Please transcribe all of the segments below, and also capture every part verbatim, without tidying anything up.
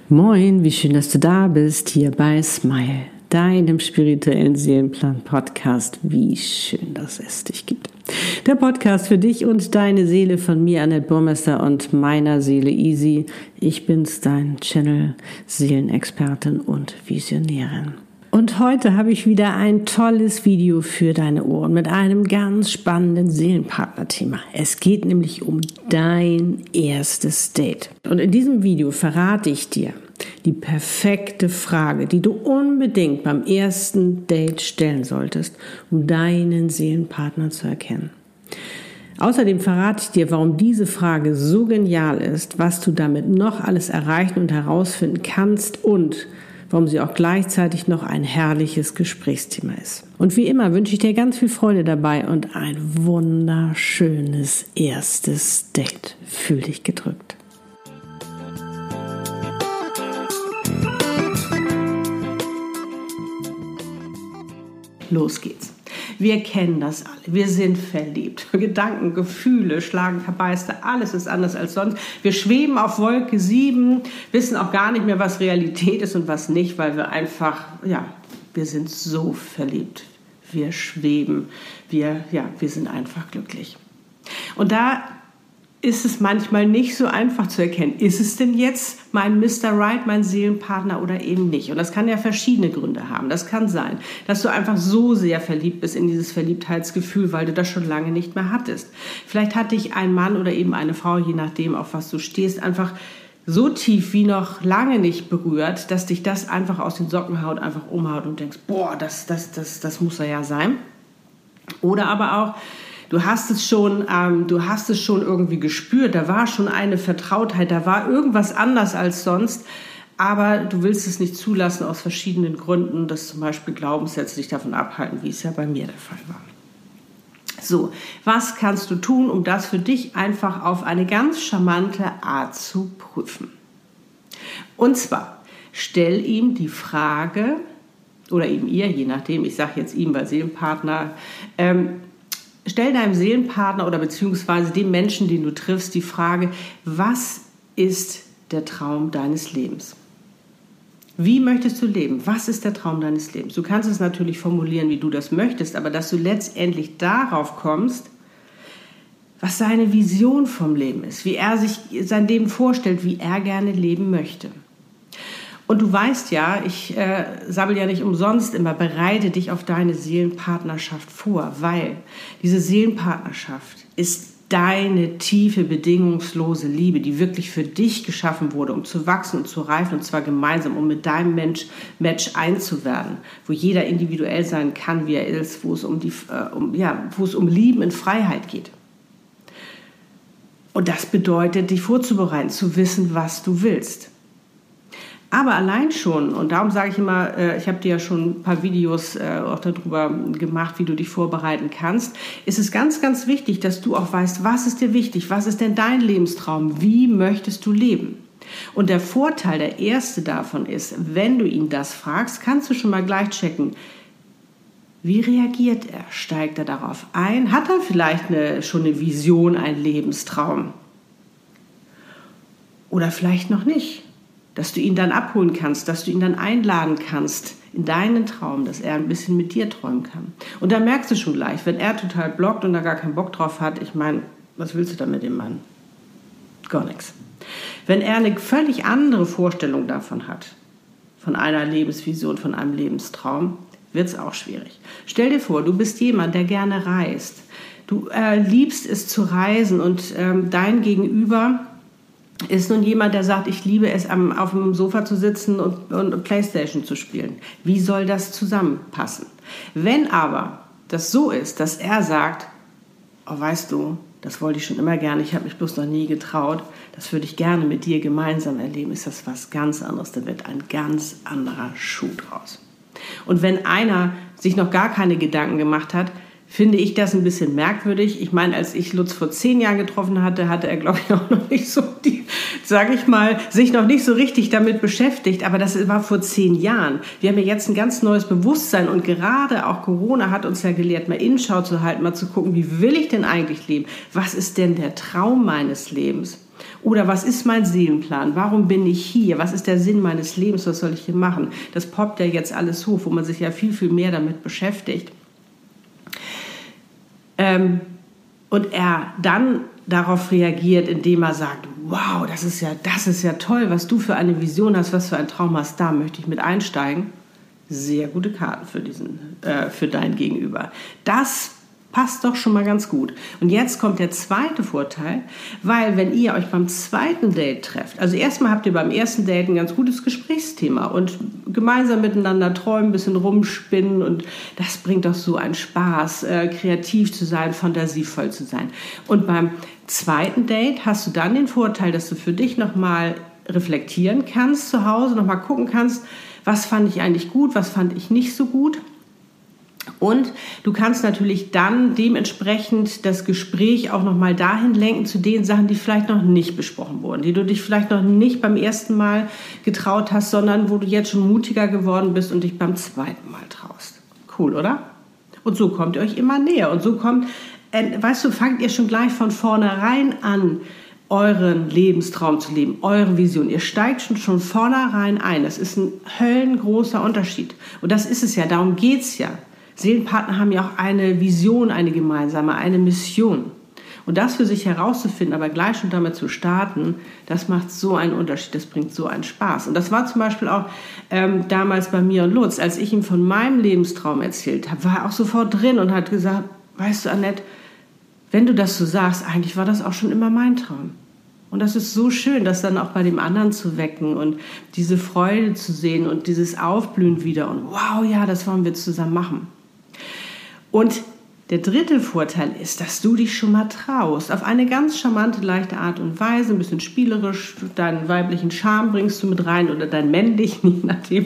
Moin, wie schön, dass du da bist, hier bei Smile, deinem spirituellen Seelenplan-Podcast. Wie schön, dass es dich gibt. Der Podcast für dich und deine Seele von mir, Annette Burmester, und meiner Seele Easy. Ich bin's, dein Channel, Seelenexpertin und Visionärin. Und heute habe ich wieder ein tolles Video für deine Ohren mit einem ganz spannenden Seelenpartner-Thema. Es geht nämlich um dein erstes Date. Und in diesem Video verrate ich dir die perfekte Frage, die du unbedingt beim ersten Date stellen solltest, um deinen Seelenpartner zu erkennen. Außerdem verrate ich dir, warum diese Frage so genial ist, was du damit noch alles erreichen und herausfinden kannst und warum sie auch gleichzeitig noch ein herrliches Gesprächsthema ist. Und wie immer wünsche ich dir ganz viel Freude dabei und ein wunderschönes erstes Date. Fühl dich gedrückt. Los geht's. Wir kennen das alle. Wir sind verliebt. Gedanken, Gefühle schlagen Verbeißte. Alles ist anders als sonst. Wir schweben auf Wolke sieben, wissen auch gar nicht mehr, was Realität ist und was nicht, weil wir einfach, ja, wir sind so verliebt. Wir schweben. Wir, ja, wir sind einfach glücklich. Und da ist es manchmal nicht so einfach zu erkennen, ist es denn jetzt mein Mister Right, mein Seelenpartner oder eben nicht? Und das kann ja verschiedene Gründe haben. Das kann sein, dass du einfach so sehr verliebt bist in dieses Verliebtheitsgefühl, weil du das schon lange nicht mehr hattest. Vielleicht hat dich ein Mann oder eben eine Frau, je nachdem, auf was du stehst, einfach so tief wie noch lange nicht berührt, dass dich das einfach aus den Socken haut, einfach umhaut und denkst, boah, das, das, das, das muss er ja sein. Oder aber auch, Du hast es schon, ähm, du hast es schon irgendwie gespürt, da war schon eine Vertrautheit, da war irgendwas anders als sonst, aber du willst es nicht zulassen aus verschiedenen Gründen, dass zum Beispiel Glaubenssätze dich davon abhalten, wie es ja bei mir der Fall war. So, was kannst du tun, um das für dich einfach auf eine ganz charmante Art zu prüfen? Und zwar, stell ihm die Frage, oder eben ihr, je nachdem, ich sage jetzt ihm, weil Seelenpartner, ähm, Stell deinem Seelenpartner oder beziehungsweise dem Menschen, den du triffst, die Frage, was ist der Traum deines Lebens? Wie möchtest du leben? Was ist der Traum deines Lebens? Du kannst es natürlich formulieren, wie du das möchtest, aber dass du letztendlich darauf kommst, was seine Vision vom Leben ist, wie er sich sein Leben vorstellt, wie er gerne leben möchte. Und du weißt ja, ich äh, sabbel ja nicht umsonst immer, bereite dich auf deine Seelenpartnerschaft vor, weil diese Seelenpartnerschaft ist deine tiefe, bedingungslose Liebe, die wirklich für dich geschaffen wurde, um zu wachsen und zu reifen, und zwar gemeinsam, um mit deinem Mensch, Match einzuwerden, wo jeder individuell sein kann, wie er ist, wo es um, die, äh, um, ja, wo es um Lieben in Freiheit geht. Und das bedeutet, dich vorzubereiten, zu wissen, was du willst. Aber allein schon, und darum sage ich immer, ich habe dir ja schon ein paar Videos auch darüber gemacht, wie du dich vorbereiten kannst, ist es ganz, ganz wichtig, dass du auch weißt, was ist dir wichtig, was ist denn dein Lebenstraum, wie möchtest du leben? Und der Vorteil, der erste davon ist, wenn du ihn das fragst, kannst du schon mal gleich checken, wie reagiert er? Steigt er darauf ein? Hat er vielleicht eine, schon eine Vision, einen Lebenstraum? Oder vielleicht noch nicht? Dass du ihn dann abholen kannst, dass du ihn dann einladen kannst in deinen Traum, dass er ein bisschen mit dir träumen kann. Und da merkst du schon gleich, wenn er total blockt und da gar keinen Bock drauf hat, ich meine, was willst du da mit dem Mann? Gar nichts. Wenn er eine völlig andere Vorstellung davon hat, von einer Lebensvision, von einem Lebenstraum, wird es auch schwierig. Stell dir vor, du bist jemand, der gerne reist. Du äh, liebst es zu reisen und ähm, dein Gegenüber ist nun jemand, der sagt, ich liebe es, am, auf dem Sofa zu sitzen und, und Playstation zu spielen. Wie soll das zusammenpassen? Wenn aber das so ist, dass er sagt, oh, weißt du, das wollte ich schon immer gerne, ich habe mich bloß noch nie getraut, das würde ich gerne mit dir gemeinsam erleben, ist das was ganz anderes. Da wird ein ganz anderer Schuh draus. Und wenn einer sich noch gar keine Gedanken gemacht hat, finde ich das ein bisschen merkwürdig. Ich meine, als ich Lutz vor zehn Jahren getroffen hatte, hatte er, glaube ich, auch noch nicht so, die, sage ich mal, sich noch nicht so richtig damit beschäftigt. Aber das war vor zehn Jahren. Wir haben ja jetzt ein ganz neues Bewusstsein und gerade auch Corona hat uns ja gelehrt, mal Innenschau zu halten, mal zu gucken, wie will ich denn eigentlich leben? Was ist denn der Traum meines Lebens? Oder was ist mein Seelenplan? Warum bin ich hier? Was ist der Sinn meines Lebens? Was soll ich hier machen? Das poppt ja jetzt alles hoch, wo man sich ja viel, viel mehr damit beschäftigt. Ähm, und er dann darauf reagiert, indem er sagt, wow, das ist ja, das ist ja toll, was du für eine Vision hast, was für einen Traum hast, da möchte ich mit einsteigen. Sehr gute Karten für diesen, äh, für dein Gegenüber. Das passt doch schon mal ganz gut. Und jetzt kommt der zweite Vorteil, weil wenn ihr euch beim zweiten Date trefft, also erstmal habt ihr beim ersten Date ein ganz gutes Gesprächsthema und gemeinsam miteinander träumen, ein bisschen rumspinnen und das bringt doch so einen Spaß, äh, kreativ zu sein, fantasievoll zu sein. Und beim zweiten Date hast du dann den Vorteil, dass du für dich nochmal reflektieren kannst zu Hause, nochmal gucken kannst, was fand ich eigentlich gut, was fand ich nicht so gut. Und du kannst natürlich dann dementsprechend das Gespräch auch nochmal dahin lenken zu den Sachen, die vielleicht noch nicht besprochen wurden, die du dich vielleicht noch nicht beim ersten Mal getraut hast, sondern wo du jetzt schon mutiger geworden bist und dich beim zweiten Mal traust. Cool, oder? Und so kommt ihr euch immer näher. Und so kommt, äh, weißt du, fangt ihr schon gleich von vornherein an, euren Lebenstraum zu leben, eure Vision. Ihr steigt schon von vornherein ein. Das ist ein höllengroßer Unterschied. Und das ist es ja, darum geht es ja. Seelenpartner haben ja auch eine Vision, eine gemeinsame, eine Mission. Und das für sich herauszufinden, aber gleich schon damit zu starten, das macht so einen Unterschied, das bringt so einen Spaß. Und das war zum Beispiel auch ähm, damals bei mir und Lutz, als ich ihm von meinem Lebenstraum erzählt habe, war er auch sofort drin und hat gesagt, weißt du, Annette, wenn du das so sagst, eigentlich war das auch schon immer mein Traum. Und das ist so schön, das dann auch bei dem anderen zu wecken und diese Freude zu sehen und dieses Aufblühen wieder und wow, ja, das wollen wir zusammen machen. Und der dritte Vorteil ist, dass du dich schon mal traust, auf eine ganz charmante, leichte Art und Weise, ein bisschen spielerisch, deinen weiblichen Charme bringst du mit rein oder deinen männlichen, je nachdem,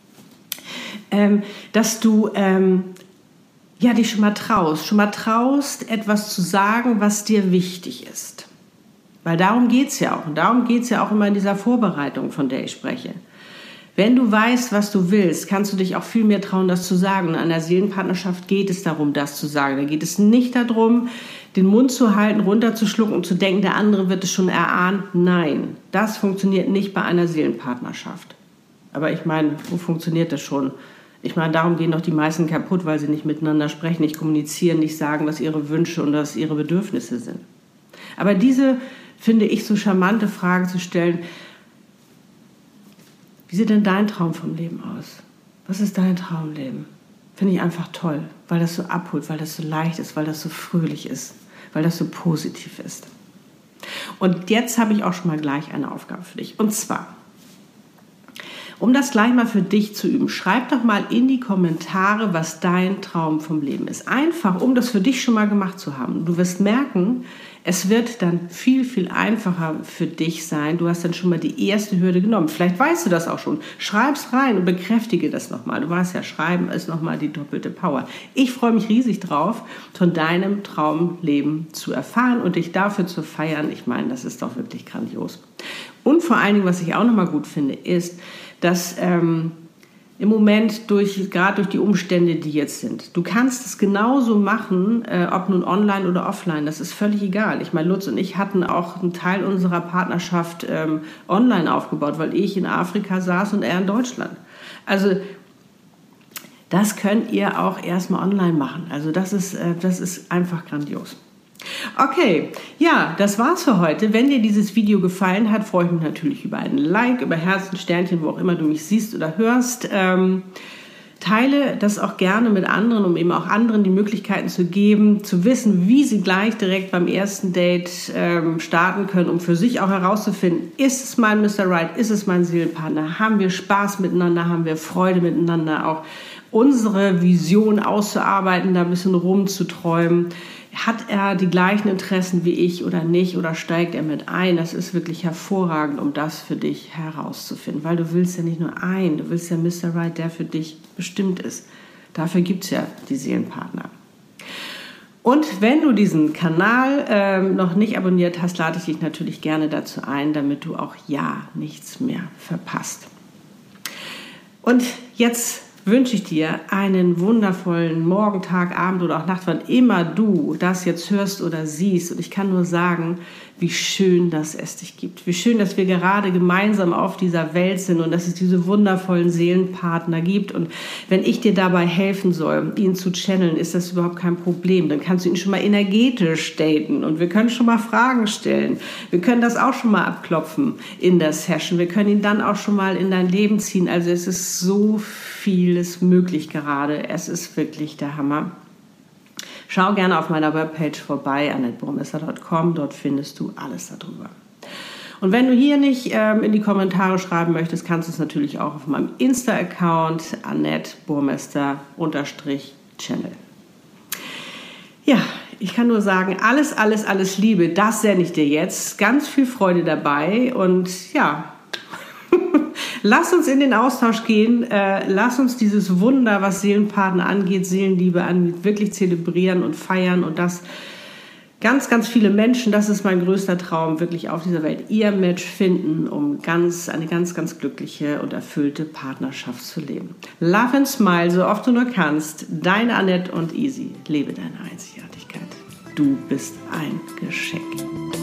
ähm, dass du ähm, ja, dich schon mal traust, schon mal traust, etwas zu sagen, was dir wichtig ist. Weil darum geht es ja auch und darum geht es ja auch immer in dieser Vorbereitung, von der ich spreche. Wenn du weißt, was du willst, kannst du dich auch viel mehr trauen, das zu sagen. Und in einer Seelenpartnerschaft geht es darum, das zu sagen. Da geht es nicht darum, den Mund zu halten, runterzuschlucken und zu denken, der andere wird es schon erahnen. Nein, das funktioniert nicht bei einer Seelenpartnerschaft. Aber ich meine, wo funktioniert das schon? Ich meine, darum gehen doch die meisten kaputt, weil sie nicht miteinander sprechen, nicht kommunizieren, nicht sagen, was ihre Wünsche und was ihre Bedürfnisse sind. Aber diese, finde ich, so charmante Frage zu stellen, wie sieht denn dein Traum vom Leben aus? Was ist dein Traumleben? Finde ich einfach toll, weil das so abholt, weil das so leicht ist, weil das so fröhlich ist, weil das so positiv ist. Und jetzt habe ich auch schon mal gleich eine Aufgabe für dich. Und zwar, um das gleich mal für dich zu üben, schreib doch mal in die Kommentare, was dein Traum vom Leben ist. Einfach, um das für dich schon mal gemacht zu haben. Du wirst merken, es wird dann viel, viel einfacher für dich sein. Du hast dann schon mal die erste Hürde genommen. Vielleicht weißt du das auch schon. Schreib's rein und bekräftige das nochmal. Du weißt ja, Schreiben ist nochmal die doppelte Power. Ich freue mich riesig drauf, von deinem Traumleben zu erfahren und dich dafür zu feiern. Ich meine, das ist doch wirklich grandios. Und vor allen Dingen, was ich auch nochmal gut finde, ist, dass ähm, im Moment, durch, gerade durch die Umstände, die jetzt sind, du kannst es genauso machen, äh, ob nun online oder offline, das ist völlig egal. Ich meine, Lutz und ich hatten auch einen Teil unserer Partnerschaft ähm, online aufgebaut, weil ich in Afrika saß und er in Deutschland. Also das könnt ihr auch erstmal online machen. Also das ist, äh, das ist einfach grandios. Okay, ja, das war's für heute. Wenn dir dieses Video gefallen hat, freue ich mich natürlich über einen Like, über Herzen, Sternchen, wo auch immer du mich siehst oder hörst. Ähm, teile das auch gerne mit anderen, um eben auch anderen die Möglichkeiten zu geben, zu wissen, wie sie gleich direkt beim ersten Date ähm, starten können, um für sich auch herauszufinden, ist es mein Mister Right, ist es mein Seelenpartner, haben wir Spaß miteinander, haben wir Freude miteinander, auch unsere Vision auszuarbeiten, da ein bisschen rumzuträumen. Hat er die gleichen Interessen wie ich oder nicht oder steigt er mit ein? Das ist wirklich hervorragend, um das für dich herauszufinden, weil du willst ja nicht nur einen, du willst ja Mister Right, der für dich bestimmt ist. Dafür gibt es ja die Seelenpartner. Und wenn du diesen Kanal ähm, noch nicht abonniert hast, lade ich dich natürlich gerne dazu ein, damit du auch ja nichts mehr verpasst. Und jetzt wünsche ich dir einen wundervollen Morgen, Tag, Abend oder auch Nacht, wann immer du das jetzt hörst oder siehst. Und ich kann nur sagen, wie schön, dass es dich gibt. Wie schön, dass wir gerade gemeinsam auf dieser Welt sind und dass es diese wundervollen Seelenpartner gibt. Und wenn ich dir dabei helfen soll, ihn zu channeln, ist das überhaupt kein Problem. Dann kannst du ihn schon mal energetisch daten und wir können schon mal Fragen stellen. Wir können das auch schon mal abklopfen in der Session. Wir können ihn dann auch schon mal in dein Leben ziehen. Also es ist so vieles möglich gerade. Es ist wirklich der Hammer. Schau gerne auf meiner Webpage vorbei, annette burmester punkt com. Dort findest du alles darüber. Und wenn du hier nicht ähm, in die Kommentare schreiben möchtest, kannst du es natürlich auch auf meinem Insta-Account annette burmester Channel. Ja, ich kann nur sagen, alles, alles, alles Liebe, das sende ich dir jetzt. Ganz viel Freude dabei und ja, lass uns in den Austausch gehen, äh, lass uns dieses Wunder, was Seelenpartner angeht, Seelenliebe angeht, wirklich zelebrieren und feiern und das ganz, ganz viele Menschen, das ist mein größter Traum, wirklich auf dieser Welt ihr Match finden, um ganz, eine ganz, ganz glückliche und erfüllte Partnerschaft zu leben. Love and smile, so oft du nur kannst. Deine Annette und Easy. Lebe deine Einzigartigkeit. Du bist ein Geschenk.